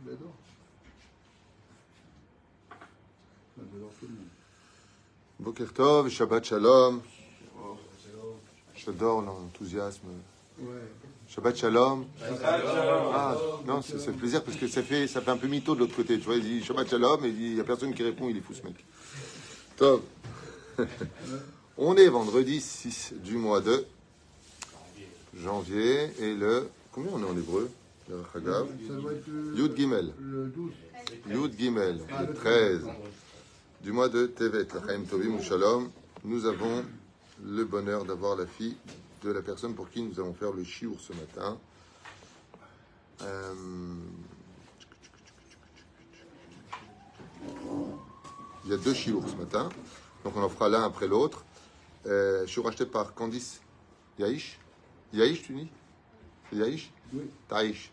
J'adore. J'adore tout le monde. Boker Tov, Shabbat Shalom. J'adore l'enthousiasme. Ouais. Shabbat Shalom. Shabbat Shalom. Ah, non, c'est le plaisir parce que ça fait un peu mytho de l'autre côté. Tu vois, il dit Shabbat Shalom et il n'y a personne qui répond, il est fou ce mec. Tov. On est vendredi 6 du mois de janvier et le. Combien on est en hébreu? Le Chagav. Ça doit être Yud Gimel. le 12. Yud Gimel, le 13 du mois de Tevet, la Chaim Tovim ou Shalom. Nous avons le bonheur d'avoir la fille de la personne pour qui nous allons faire le chiour ce matin. Il y a deux chiours ce matin, donc on en fera l'un après l'autre. Chiour acheté par Candice Yaïch. Yaïch, tu dis? C'est Yaïch? Oui. Taïch.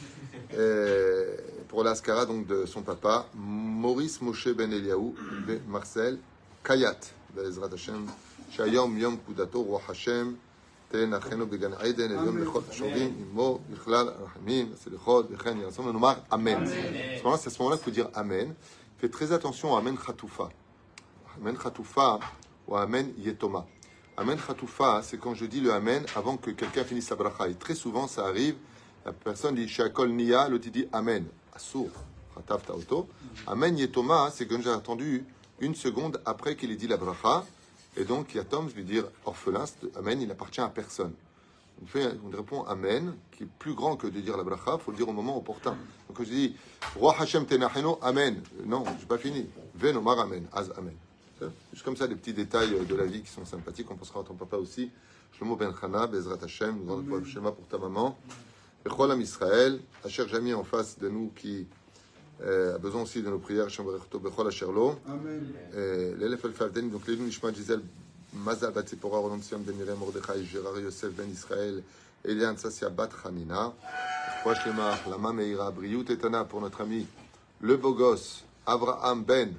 Pour l'Askara donc de son papa, Maurice Moshe Ben Eliaou, Ben Marcel, Kayat, Bezrat Hashem, Shayom Yom Kudato, Roi Hashem, Ten Acheno Began Aiden, Eliom Lechot Shobim, Imo, Bichlal, Rahmim, Selichot, Bechen, Yassom, le Nomar, Amen. C'est à ce moment-là qu'il faut dire Amen. Faites très attention à Amen Chatoufa. Amen Chatoufa ou Amen Yetoma. Amen Chatoufa, c'est quand je dis le Amen avant que quelqu'un finisse sa bracha. Et très souvent, ça arrive. La personne dit Shakol Nia, l'autre dit Amen. Assour, Khatav Taoto. Amen Yetoma, c'est quand j'ai attendu une seconde après qu'il ait dit la bracha. Et donc, Yatom, je vais dire orphelin, Amen, il appartient à personne. On répond Amen, qui est plus grand que de dire la bracha, il faut le dire au moment opportun. Donc, quand je dis Roi Hashem Tenacheno, Amen. Non, je n'ai pas fini. Venomar Amen, Az Amen. Juste comme ça, des petits détails de la vie qui sont sympathiques. On pensera à ton papa aussi. Shlomo Ben Chana, Bezrat Hashem, nous rendons le schéma pour ta maman. Bechol Am Israël, Asher Jami en face de nous qui a besoin aussi de nos prières. Shem Berechto Bechol Asherlo. Amen. L'Elef El Favden, donc Lélu Nishma Gisèle, Mazal Bat Zipora, Roland Sion Ben Miriam Mordechai, Gérard Yosef Ben Israël, Eliane Sassia Bat Hanina. Roi Shlema, Lama Meira, Briou Tetana pour notre ami le beau gosse, Avraham Ben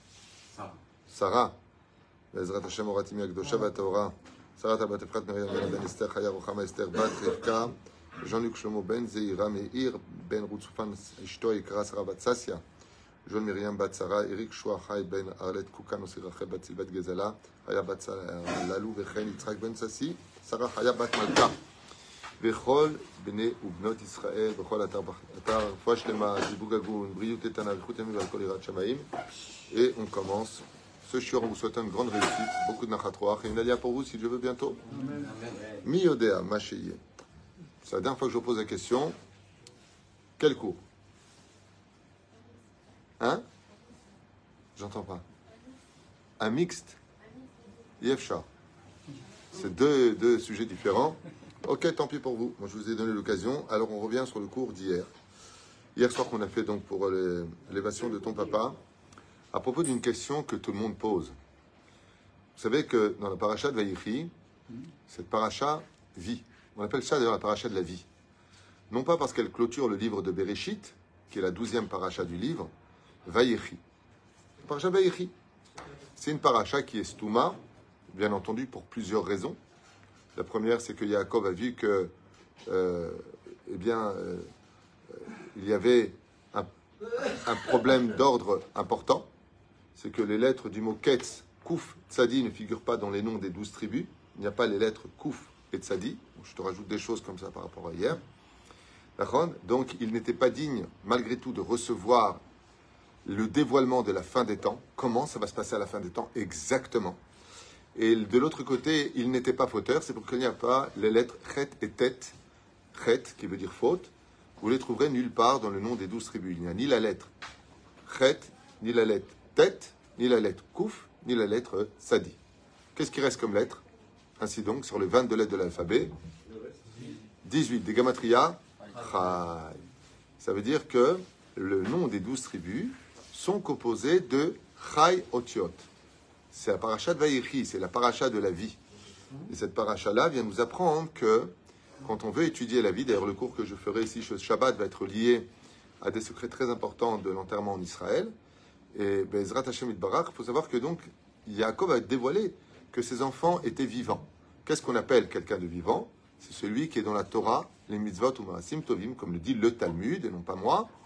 Sarah. Bezrat Hashem Oratim Yakdosha Bat Torah. Sarah Tabat Efrat Miriam Ben Esther, Chaya Rochama Esther Bat Rivka. Jean-Luc Shlomo Ben Zeira Meir Ben Routsoufan Ishto Ikra Sarah Bat Sassia. Joël Myriam Bat Sarah, Eric Chouachai Ben Arlet Koukan Osirachel Bat Silbat Gezala, Haya Bat Lalou Vechen Yitzhak Ben Sassi, Sarah Haya Bat Malka. Vechol Bene Ubnot Israël, Vechol Atar Foch Lema, Zibougagoun, Briou Tetana, Vichut Yami Valkol Irat Shamaim. Et on commence. Ce shiur, on vous souhaite une grande réussite, beaucoup de nachatroach et une alia pour vous si Dieu veut bientôt. Mi Yodea, Macheye. C'est la dernière fois que je vous pose la question. Quel cours? Hein? J'entends pas. Un mixte? Yefcha. C'est deux sujets différents. Ok, tant pis pour vous. Moi, je vous ai donné l'occasion. Alors, on revient sur le cours d'hier. Hier soir qu'on a fait donc pour l'élévation de ton papa. À propos d'une question que tout le monde pose. Vous savez que dans la paracha de Vaïchi, cette paracha vit. On appelle ça d'ailleurs la paracha de la vie. Non pas parce qu'elle clôture le livre de Bereshit, qui est la 12e paracha du livre, Vaïchi. La paracha de Vaïchi. C'est une paracha qui est stouma, bien entendu pour plusieurs raisons. La première, c'est que Yaakov a vu que, il y avait un problème d'ordre important. C'est que les lettres du mot Ketz, Kouf, Tzadi ne figurent pas dans les noms des 12 tribus. Il n'y a pas les lettres Kouf et Tzadi. Je te rajoute des choses comme ça par rapport à hier. Donc, il n'était pas digne, malgré tout, de recevoir le dévoilement de la fin des temps. Comment ça va se passer à la fin des temps exactement? Et de l'autre côté, il n'était pas fauteur. C'est pour qu'il n'y a pas les lettres Chet et Tet. Chet, qui veut dire faute. Vous les trouverez nulle part dans le nom des 12 tribus. Il n'y a ni la lettre Chet, ni la lettre Tet, ni la lettre Kouf, ni la lettre Sadi. Qu'est-ce qui reste comme lettre? Ainsi donc, sur les 22 lettres de l'alphabet, 18 des Gamatria, Chai. Ça veut dire que le nom des 12 tribus sont composés de Chai Otiot. C'est la paracha de Vaïchi, c'est la paracha de la vie. Et cette paracha-là vient nous apprendre que quand on veut étudier la vie, d'ailleurs le cours que je ferai ici ce Shabbat va être lié à des secrets très importants de l'enterrement en Israël. Et Bezrat Hashem Itbarach, il faut savoir que donc Yaakov a dévoilé que ses enfants étaient vivants. Qu'est-ce qu'on appelle quelqu'un de vivant? C'est celui qui est dans la Torah, les mitzvot ou maasim tovim, comme le dit le Talmud, et non pas moi.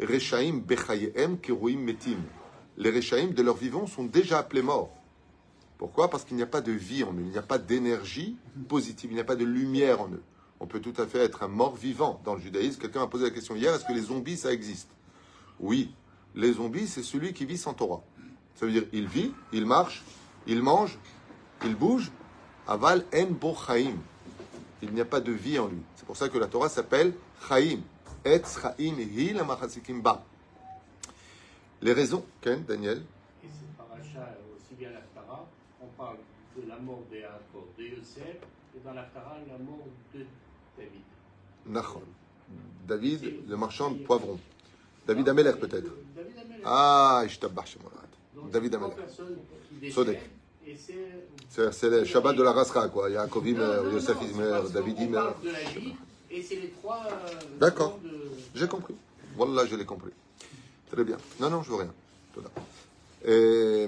Rechaim bechayem kiruim metim. Les Rechaim de leur vivant sont déjà appelés morts. Pourquoi? Parce qu'il n'y a pas de vie en eux, il n'y a pas d'énergie positive, il n'y a pas de lumière en eux. On peut tout à fait être un mort vivant dans le judaïsme. Quelqu'un m'a posé la question hier, est-ce que les zombies, ça existe? Oui, les zombies, c'est celui qui vit sans Torah. Ça veut dire, il vit, il marche, il mange, il bouge. Aval en bo chaim. Il n'y a pas de vie en lui. C'est pour ça que la Torah s'appelle chaim. Etz chaim hi la machasikim ba. Les raisons, Ken, Daniel? Et c'est paracha, aussi bien l'Aftara, on parle de la mort de Yaakov, de Yosef, et dans l'Aftara, la mort de David. Nachon. David, le marchand de poivrons. David Amelech, peut-être. David Amelech. Ah, Ishtabach Shemorad. Donc, David trois Amelech. personnes qui décèdent, Sodek. et c'est... C'est le Shabbat de la Rasra, quoi. Yaakov meurt, Non, Yosef non, il c'est meurt, parce David qu'on il meurt. parle de la vie, et c'est les trois... D'accord. moments de- J'ai compris. Voilà, je l'ai compris. Très bien. Non, je veux rien. Tout là. Et,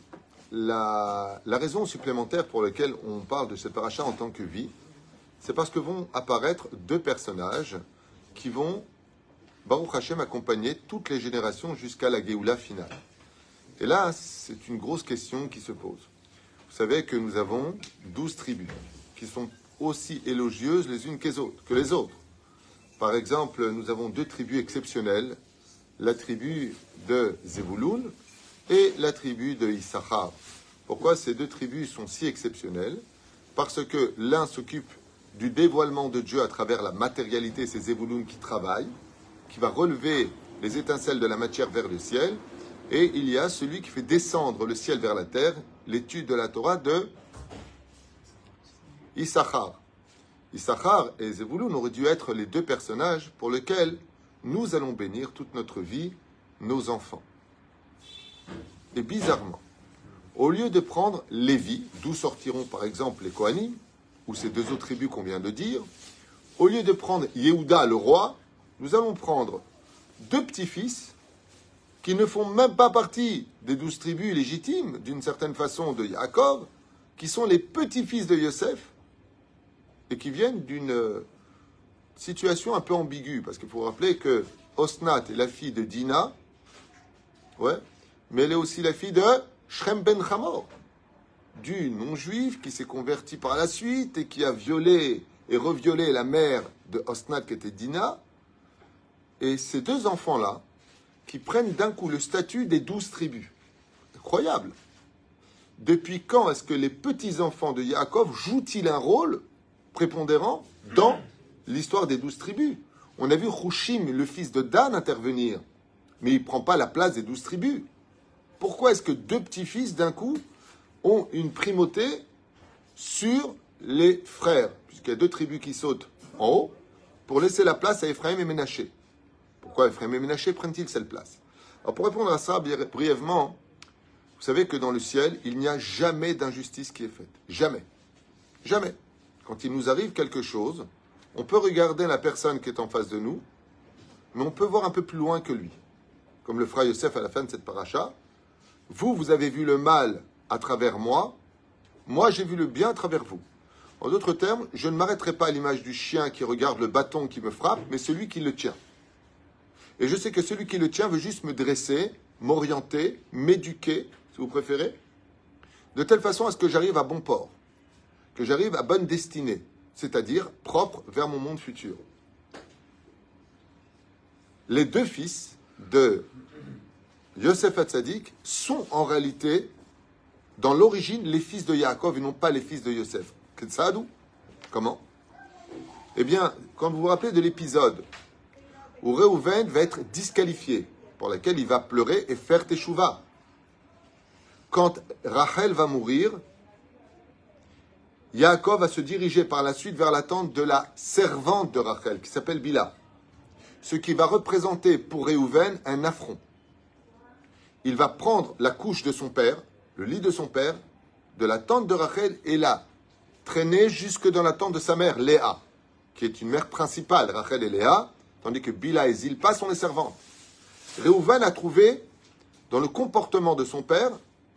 la raison supplémentaire pour laquelle on parle de ce paracha en tant que vie, c'est parce que vont apparaître deux personnages qui vont, Baruch Hashem, accompagner toutes les générations jusqu'à la Géoula finale. Et là, c'est une grosse question qui se pose. Vous savez que nous avons 12 tribus qui sont aussi élogieuses les unes que les autres. Par exemple, nous avons deux tribus exceptionnelles, la tribu de Zevouloun et la tribu de Issachar. Pourquoi ces deux tribus sont si exceptionnelles? Parce que l'un s'occupe du dévoilement de Dieu à travers la matérialité, c'est Zevouloun qui travaille, qui va relever les étincelles de la matière vers le ciel, et il y a celui qui fait descendre le ciel vers la terre, l'étude de la Torah de Issachar. Issachar et Zevouloun auraient dû être les deux personnages pour lesquels nous allons bénir toute notre vie nos enfants. Et bizarrement, au lieu de prendre Lévi, d'où sortiront par exemple les Kohanim, ou ces deux autres tribus qu'on vient de dire, au lieu de prendre Yehuda le roi, nous allons prendre deux petits-fils qui ne font même pas partie des 12 tribus légitimes, d'une certaine façon, de Yaakov, qui sont les petits-fils de Yosef, et qui viennent d'une situation un peu ambiguë, parce qu'il faut rappeler que Osnat est la fille de Dina, ouais, mais elle est aussi la fille de Shrem ben Hamor, du non-juif qui s'est converti par la suite et qui a violé et reviolé la mère de Osnat qui était Dina. Et ces deux enfants-là, qui prennent d'un coup le statut des 12 tribus. Incroyable. Depuis quand est-ce que les petits-enfants de Yaakov jouent-ils un rôle prépondérant dans l'histoire des 12 tribus? On a vu Hushim, le fils de Dan, intervenir, mais il ne prend pas la place des 12 tribus. Pourquoi est-ce que deux petits-fils, d'un coup, ont une primauté sur les frères? Puisqu'il y a deux tribus qui sautent en haut pour laisser la place à Ephraim et Ménaché. Pourquoi Ephraim et Ménaché prennent-ils cette place? Alors pour répondre à ça brièvement, vous savez que dans le ciel, il n'y a jamais d'injustice qui est faite. Jamais. Jamais. Quand il nous arrive quelque chose, on peut regarder la personne qui est en face de nous, mais on peut voir un peu plus loin que lui. Comme le frère Yosef à la fin de cette paracha, vous avez vu le mal à travers moi, moi j'ai vu le bien à travers vous. En d'autres termes, je ne m'arrêterai pas à l'image du chien qui regarde le bâton qui me frappe, mais celui qui le tient. Et je sais que celui qui le tient veut juste me dresser, m'orienter, m'éduquer, si vous préférez, de telle façon à ce que j'arrive à bon port, que j'arrive à bonne destinée, c'est-à-dire propre vers mon monde futur. Les deux fils de Yosef Hatzadik sont en réalité, dans l'origine, les fils de Yaakov et non pas les fils de Yosef. Ketsadou? Comment? Eh bien, quand vous vous rappelez de l'épisode où Réhouven va être disqualifié, pour laquelle il va pleurer et faire teshuva. Quand Rachel va mourir, Yaakov va se diriger par la suite vers la tente de la servante de Rachel, qui s'appelle Bila, ce qui va représenter pour Réhouven un affront. Il va prendre la couche de son père, le lit de son père, de la tente de Rachel, et la traîner jusque dans la tente de sa mère, Léa, qui est une mère principale, Rachel et Léa, tandis que Bila et Zilpa sont les servantes. Réhouven a trouvé, dans le comportement de son père,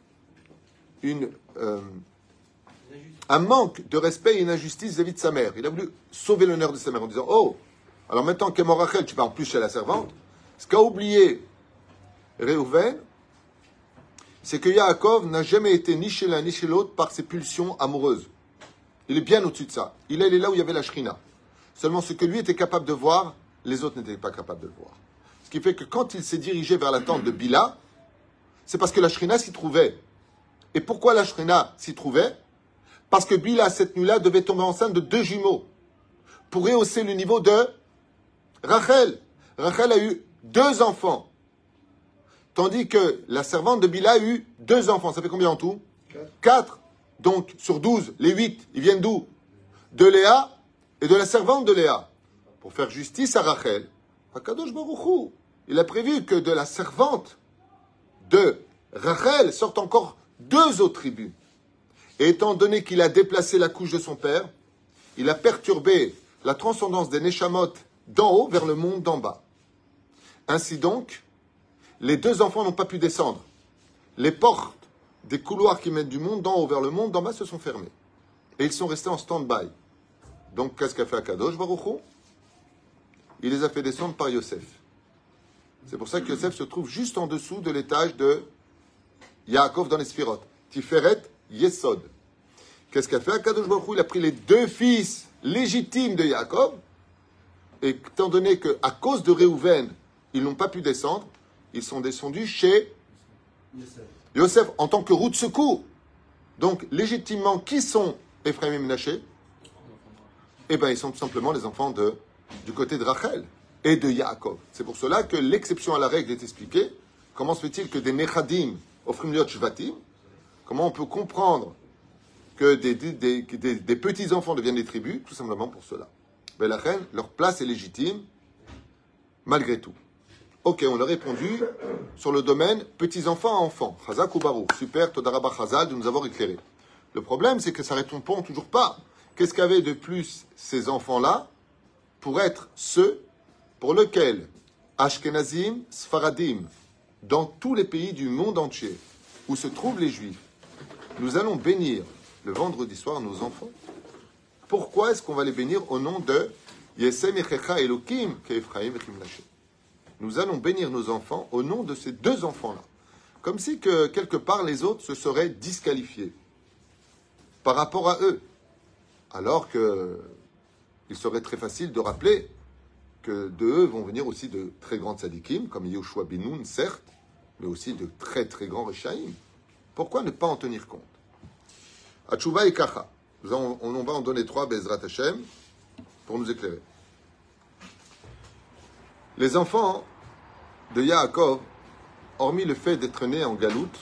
un manque de respect et une injustice vis-à-vis de sa mère. Il a voulu sauver l'honneur de sa mère en disant « Oh, alors maintenant qu'elle est mort Rachel, tu vas en plus chez la servante. » Ce qu'a oublié Réhouven, c'est que Yaakov n'a jamais été ni chez l'un ni chez l'autre par ses pulsions amoureuses. Il est bien au-dessus de ça. Il est là où il y avait la Shrina. Seulement ce que lui était capable de voir, les autres n'étaient pas capables de le voir. Ce qui fait que quand il s'est dirigé vers la tente de Bila, c'est parce que la Shrina s'y trouvait. Et pourquoi la Shrina s'y trouvait? Parce que Bila, cette nuit-là, devait tomber enceinte de 2 jumeaux pour rehausser le niveau de Rachel. Rachel a eu 2 enfants. Tandis que la servante de Bila a eu 2 enfants. Ça fait combien en tout? 4. Donc, sur 12, les 8, ils viennent d'où? De Léa et de la servante de Léa. Pour faire justice à Rachel, Akadosh Baruch Hu, il a prévu que de la servante de Rachel sortent encore 2 autres tribus. Et étant donné qu'il a déplacé la couche de son père, il a perturbé la transcendance des Neshamot d'en haut vers le monde d'en bas. Ainsi donc, les 2 enfants n'ont pas pu descendre. Les portes des couloirs qui mènent du monde d'en haut vers le monde d'en bas se sont fermées. Et ils sont restés en stand-by. Donc, qu'est-ce qu'a fait Akadosh Baruch Hu? Il les a fait descendre par Yosef. C'est pour ça que Yosef se trouve juste en dessous de l'étage de Yaakov dans les Sphirot. Tiferet Yesod. Qu'est-ce qu'a fait Akadosh Baruch Hu? Il a pris les 2 fils légitimes de Yaakov. Et étant donné qu'à cause de Réhouven, ils n'ont pas pu descendre, ils sont descendus chez Yosef en tant que roue de secours. Donc, légitimement, qui sont Ephraim et Menaché? Eh bien, ils sont tout simplement les enfants du côté de Rachel et de Yaakov. C'est pour cela que l'exception à la règle est expliquée. Comment se fait-il que des Nechadim offrent liot Shvatim? Comment on peut comprendre que des petits-enfants deviennent des tribus? Tout simplement pour cela. Mais la reine, leur place est légitime, malgré tout. Ok, on a répondu sur le domaine petits-enfants à enfants. Chazak ou Baruch. Super, Todarabah Chazal, de nous avoir éclairé. Le problème, c'est que ça ne répond toujours pas. Qu'est-ce qu'avaient de plus ces enfants-là pour être ceux pour lesquels Ashkenazim, Sfaradim, dans tous les pays du monde entier où se trouvent les Juifs, nous allons bénir le vendredi soir nos enfants? Pourquoi est-ce qu'on va les bénir au nom de Yesem Echecha Elokim Ke'Ephraim et Kimnaché? Nous allons bénir nos enfants au nom de ces 2 enfants-là. Comme si que quelque part les autres se seraient disqualifiés par rapport à eux. Alors que il serait très facile de rappeler que de eux vont venir aussi de très grands tzadikim, comme Yehoshua ben Nun, certes, mais aussi de très très grands Rechaïm. Pourquoi ne pas en tenir compte? Atchouva et Kacha. On va en donner 3, Bezrat Hashem, pour nous éclairer. Les enfants de Yaakov, hormis le fait d'être nés en galoute,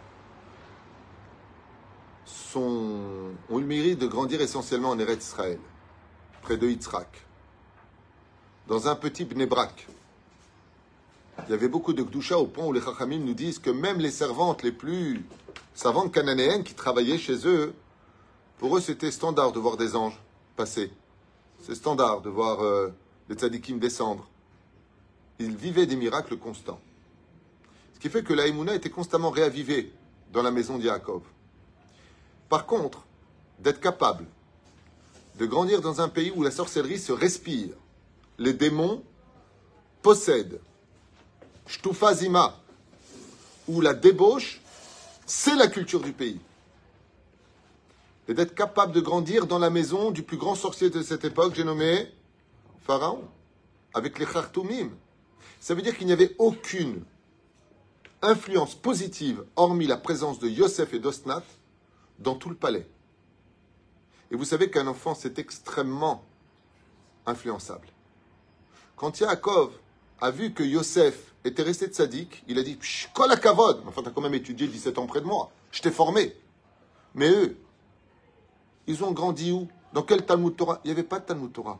ont eu le mérite de grandir essentiellement en Eretz Israël, près de Yitzhak, dans un petit Bnei Brak. Il y avait beaucoup de Gdusha au point où les Chachamim nous disent que même les servantes les plus savantes cananéennes qui travaillaient chez eux, pour eux c'était standard de voir des anges passer. C'est standard de voir les tzadikim descendre. Ils vivaient des miracles constants. Ce qui fait que la Emouna était constamment réavivée dans la maison d'Yaakov. Par contre, d'être capable de grandir dans un pays où la sorcellerie se respire, les démons possèdent, Shtufa Zima, où la débauche, c'est la culture du pays. Et d'être capable de grandir dans la maison du plus grand sorcier de cette époque, j'ai nommé Pharaon, avec les Khartoumim. Ça veut dire qu'il n'y avait aucune influence positive, hormis la présence de Yosef et d'Osnat, dans tout le palais. Et vous savez qu'un enfant, c'est extrêmement influençable. Quand Yaakov a vu que Yosef était resté tzaddik, il a dit « Kol hakavod !» Enfin, tu as quand même étudié 17 ans près de moi. Je t'ai formé. Mais eux, ils ont grandi où? Dans quel Talmud Torah? Il n'y avait pas de Talmud Torah.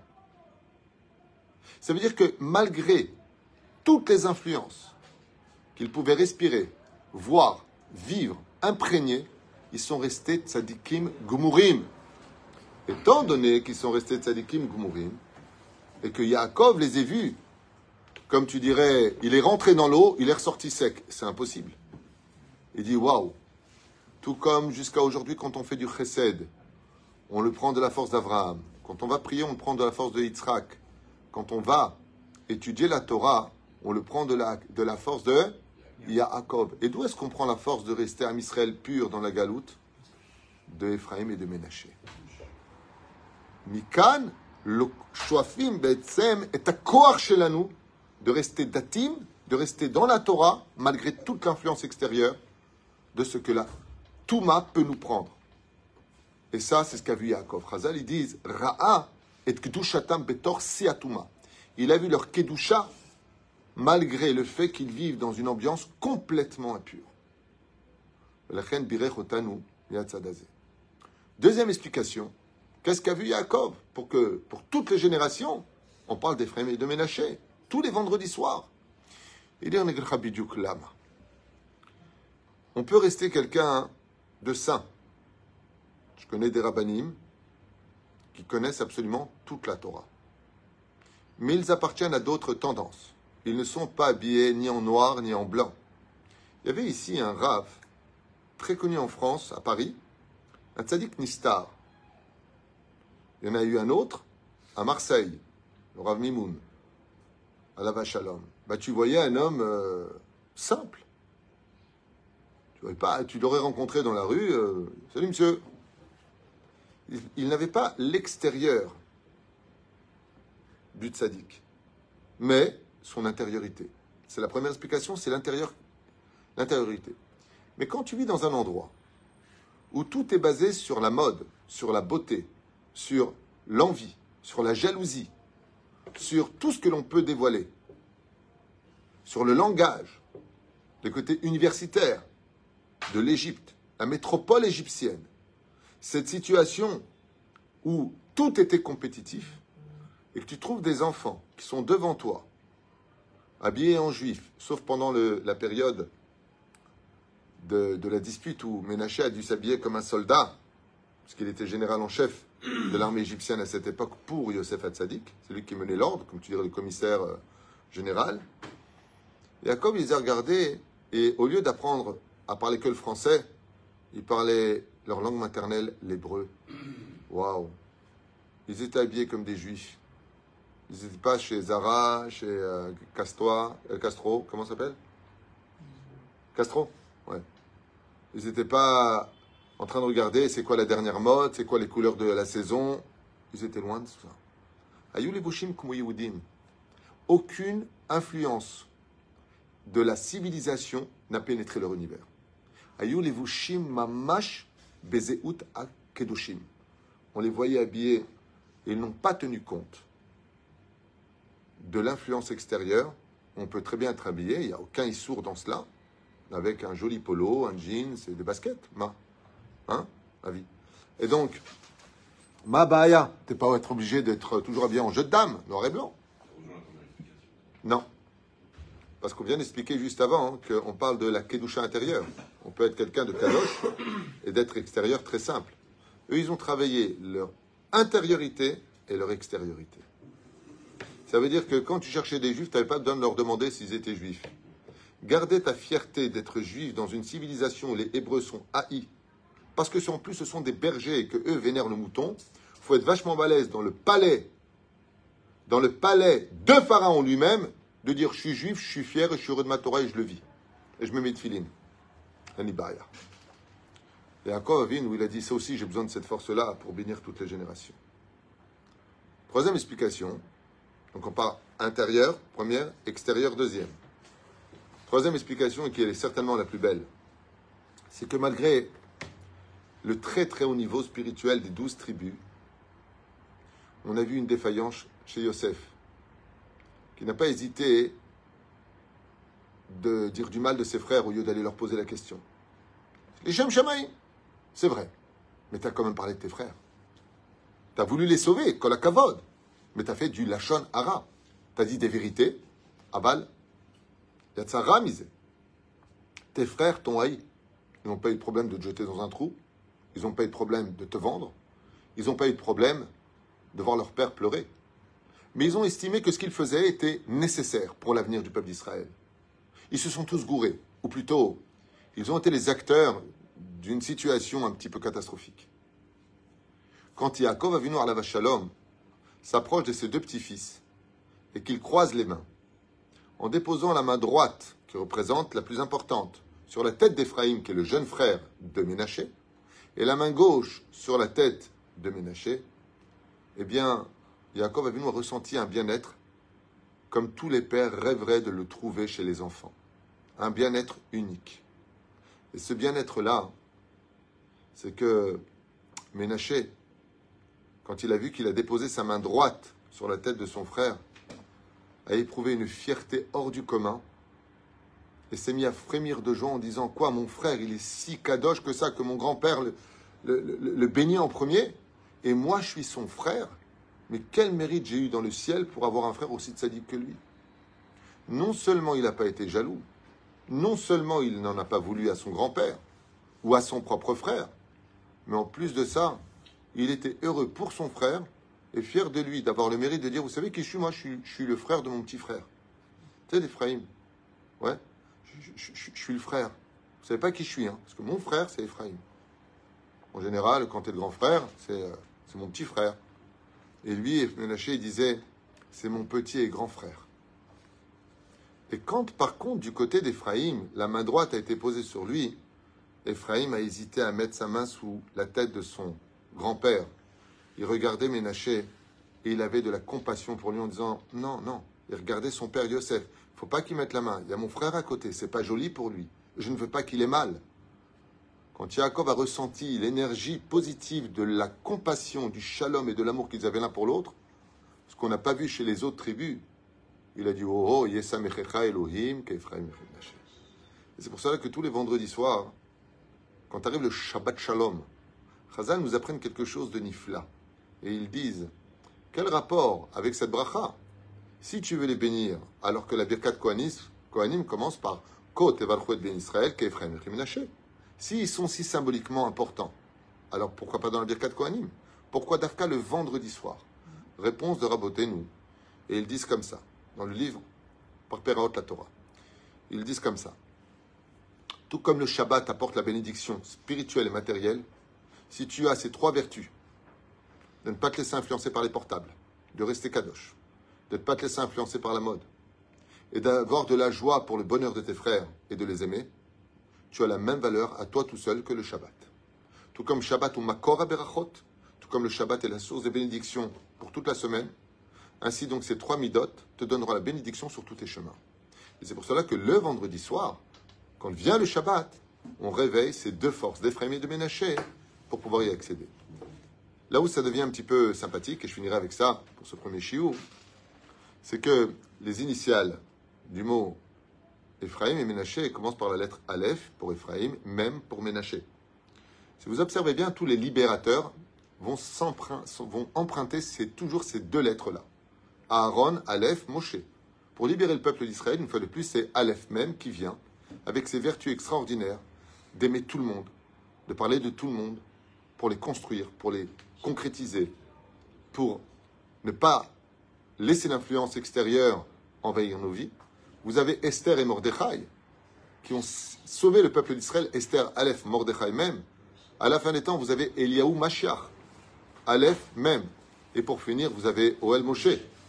Ça veut dire que malgré toutes les influences qu'ils pouvaient respirer, voir, vivre, imprégner, ils sont restés tzadikim gumurim. Étant donné qu'ils sont restés tzadikim gumurim, et que Yaakov les ait vus, comme tu dirais, il est rentré dans l'eau, il est ressorti sec. C'est impossible. Il dit, waouh, tout comme jusqu'à aujourd'hui, quand on fait du chesed, on le prend de la force d'Abraham. Quand on va prier, on le prend de la force de Yitzhak. Quand on va étudier la Torah, On le prend de la force de Yaakov. Et d'où est-ce qu'on prend la force de rester à Israël pur dans la galoute? De Ephraim et de Ménaché. Mikan, le shoafim be'etzem et akoar shelanu, de rester datim, de rester dans la Torah, malgré toute l'influence extérieure de ce que la Touma peut nous prendre. Et ça, c'est ce qu'a vu Yaakov. Chazal, ils disent, Ra'a et kedushatam betor siatuma. Il a vu leur kedusha, malgré le fait qu'ils vivent dans une ambiance complètement impure. Deuxième explication, qu'est-ce qu'a vu Yaakov pour toutes les générations, on parle d'Ephraim et de Ménaché, tous les vendredis soirs. Il dit, on peut rester quelqu'un de saint. Je connais des rabbanim qui connaissent absolument toute la Torah. Mais ils appartiennent à d'autres tendances. Ils ne sont pas habillés ni en noir ni en blanc. Il y avait ici un rav très connu en France, à Paris, un tzaddik nistar. Il y en a eu un autre à Marseille, le rav Mimoun, à la Vachalom. Tu voyais un homme simple. Tu l'aurais rencontré dans la rue. Salut monsieur. Il n'avait pas l'extérieur du tzaddik, mais son intériorité. C'est la première explication, c'est l'intériorité. Mais quand tu vis dans un endroit où tout est basé sur la mode, sur la beauté, sur l'envie, sur la jalousie, sur tout ce que l'on peut dévoiler, sur le langage, le côté universitaire de l'Égypte, la métropole égyptienne, cette situation où tout était compétitif et que tu trouves des enfants qui sont devant toi, habillés en juif, sauf pendant la période de la dispute où Ménaché a dû s'habiller comme un soldat, parce qu'il était général en chef de l'armée égyptienne à cette époque pour Yosef Hatzadik, c'est lui qui menait l'ordre, comme tu dirais le commissaire général. Jacob, il les a regardés et au lieu d'apprendre à parler que le français, ils parlaient leur langue maternelle, l'hébreu. Waouh! Ils étaient habillés comme des juifs. Ils n'étaient pas chez Zara, chez Castro, comment ça s'appelle? Castro? Ouais. Ils n'étaient pas en train de regarder c'est quoi la dernière mode, c'est quoi les couleurs de la saison. Ils étaient loin de ça. Ayou levushim kumo yehudim. Aucune influence de la civilisation n'a pénétré leur univers. Ayou levushim mamash bezeut akedoshim. On les voyait habillés et ils n'ont pas tenu compte de l'influence extérieure. On peut très bien être habillé, il n'y a aucun issour dans cela, avec un joli polo, un jeans et des baskets. Avis. Et donc, ma baya, t'es pas être obligé d'être toujours habillé en jeu de dames, noir et blanc. Non. Parce qu'on vient d'expliquer juste avant qu'on parle de la kedusha intérieure. On peut être quelqu'un de kadosh et d'être extérieur très simple. Eux, ils ont travaillé leur intériorité et leur extériorité. Ça veut dire que quand tu cherchais des juifs, tu n'avais pas besoin de leur demander s'ils étaient juifs. Garder ta fierté d'être juif dans une civilisation où les Hébreux sont haïs, parce que en plus ce sont des bergers et que eux vénèrent le mouton, il faut être vachement balèze dans le palais de Pharaon lui-même, de dire je suis juif, je suis fier, et je suis heureux de ma Torah et je le vis. Et je me mets de filine. Anibaya. Et encore Avin où il a dit ça aussi, j'ai besoin de cette force-là pour bénir toutes les générations. Troisième explication. Donc on parle intérieur, première, extérieur, deuxième. Troisième explication, et qui est certainement la plus belle, c'est que malgré le très très haut niveau spirituel des 12 tribus, on a vu une défaillance chez Yosef, qui n'a pas hésité de dire du mal de ses frères au lieu d'aller leur poser la question. Les Shem Shamaï, c'est vrai, mais tu as quand même parlé de tes frères. Tu as voulu les sauver, kol hakavod, mais tu as fait du lachon hara. Tu as dit des vérités, abal, yatsara misé. Tes frères t'ont haï. Ils n'ont pas eu de problème de te jeter dans un trou. Ils n'ont pas eu de problème de te vendre. Ils n'ont pas eu de problème de voir leur père pleurer. Mais ils ont estimé que ce qu'ils faisaient était nécessaire pour l'avenir du peuple d'Israël. Ils se sont tous gourés, ou plutôt, ils ont été les acteurs d'une situation un petit peu catastrophique. Quand Yaakov Avinu alav shalom s'approche de ses deux petits-fils et qu'il croise les mains en déposant la main droite, qui représente la plus importante, sur la tête d'Éphraïm, qui est le jeune frère de Ménaché, et la main gauche sur la tête de Ménaché, eh bien, Yaakov Avinu a ressenti un bien-être comme tous les pères rêveraient de le trouver chez les enfants. Un bien-être unique. Et ce bien-être-là, c'est que Ménaché, quand il a vu qu'il a déposé sa main droite sur la tête de son frère, a éprouvé une fierté hors du commun et s'est mis à frémir de joie en disant « Quoi, mon frère, il est si kadosh que ça, que mon grand-père le bénit en premier, et moi je suis son frère. Mais quel mérite j'ai eu dans le ciel pour avoir un frère aussi tzaddik que lui ?» Non seulement il n'a pas été jaloux, non seulement il n'en a pas voulu à son grand-père ou à son propre frère, mais en plus de ça, il était heureux pour son frère et fier de lui, d'avoir le mérite de dire « Vous savez qui je suis? Moi, je suis le frère de mon petit frère. » Tu sais, d'Éphraïm. Ouais, je suis le frère. Vous savez pas qui je suis, hein, parce que mon frère, c'est Éphraïm. En général, quand tu es le grand frère, c'est mon petit frère. Et lui, Ménaché, il disait « C'est mon petit et grand frère. » Et quand, par contre, du côté d'Éphraïm, la main droite a été posée sur lui, Éphraïm a hésité à mettre sa main sous la tête de son grand-père. Il regardait Ménaché et il avait de la compassion pour lui en disant « Non, non. » Il regardait son père Yosef. Il ne faut pas qu'il mette la main. Il y a mon frère à côté. C'est pas joli pour lui. Je ne veux pas qu'il ait mal. Quand Yaakov a ressenti l'énergie positive de la compassion, du shalom et de l'amour qu'ils avaient l'un pour l'autre, ce qu'on n'a pas vu chez les autres tribus, il a dit « Oh, oh, Yesamechecha Elohim, Kephraim Menaché. » Et c'est pour ça que tous les vendredis soirs, quand arrive le Shabbat Shalom, Chazal nous apprennent quelque chose de nifla. Et ils disent, quel rapport avec cette bracha? Si tu veux les bénir, alors que la Birkat Kohanim commence par Ko Tevarchu et Ben Israël, Kephraim Menaché. S'ils sont si symboliquement importants, alors pourquoi pas dans la Birkat Kohanim? Pourquoi Dafka le vendredi soir? Réponse de Rabotenu. Et ils disent comme ça, dans le livre par Peraot la Torah. Ils disent comme ça. Tout comme le Shabbat apporte la bénédiction spirituelle et matérielle, si tu as ces trois vertus, de ne pas te laisser influencer par les portables, de rester kadosh, de ne pas te laisser influencer par la mode, et d'avoir de la joie pour le bonheur de tes frères et de les aimer, tu as la même valeur à toi tout seul que le Shabbat. Tout comme Shabbat ou Makor Berachot, tout comme le Shabbat est la source de bénédiction pour toute la semaine, ainsi donc ces trois midot te donneront la bénédiction sur tous tes chemins. Et c'est pour cela que le vendredi soir, quand vient le Shabbat, on réveille ces deux forces d'Éphraïm et de Ménaché pour pouvoir y accéder. Là où ça devient un petit peu sympathique, et je finirai avec ça pour ce premier shiur, c'est que les initiales du mot Éphraïm et Ménaché commencent par la lettre Aleph pour Éphraïm, même pour Ménaché. Si vous observez bien, tous les libérateurs vont emprunter toujours ces deux lettres-là. Aaron, Aleph, Moshe. Pour libérer le peuple d'Israël, une fois de plus, c'est Aleph même qui vient, avec ses vertus extraordinaires, d'aimer tout le monde, de parler de tout le monde, pour les construire, pour les concrétiser, pour ne pas laisser l'influence extérieure envahir nos vies. Vous avez Esther et Mordechai, qui ont sauvé le peuple d'Israël. Esther, Aleph, Mordechai même. À la fin des temps, vous avez Eliaou Mashiach, Aleph même. Et pour finir, vous avez Oel Moshe,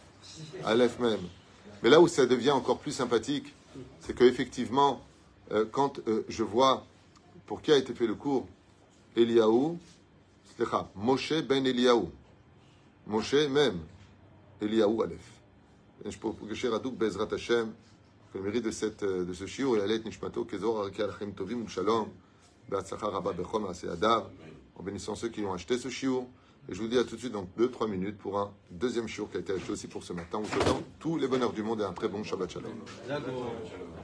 Aleph même. Mais là où ça devient encore plus sympathique, c'est qu'effectivement, quand je vois pour qui a été fait le cours, Eliaou, Moshe ben Eliaou, Moshe même, Eliaou Aleph. Je peux que cher Adouk Bezrat Hashem, que le mérite de ce shiur, et Alet Nishmato, Kezor, Arki Alachim Tovim, Shalom, Be'atzlacha Rabba Bechom, Aseh Adav, en bénissant ceux qui ont acheté ce shiur. Et je vous dis à tout de suite dans 2-3 minutes pour un deuxième shiur qui a été acheté aussi pour ce matin. En vous souhaitant tous les bonheurs du monde et un très bon Shabbat Shalom.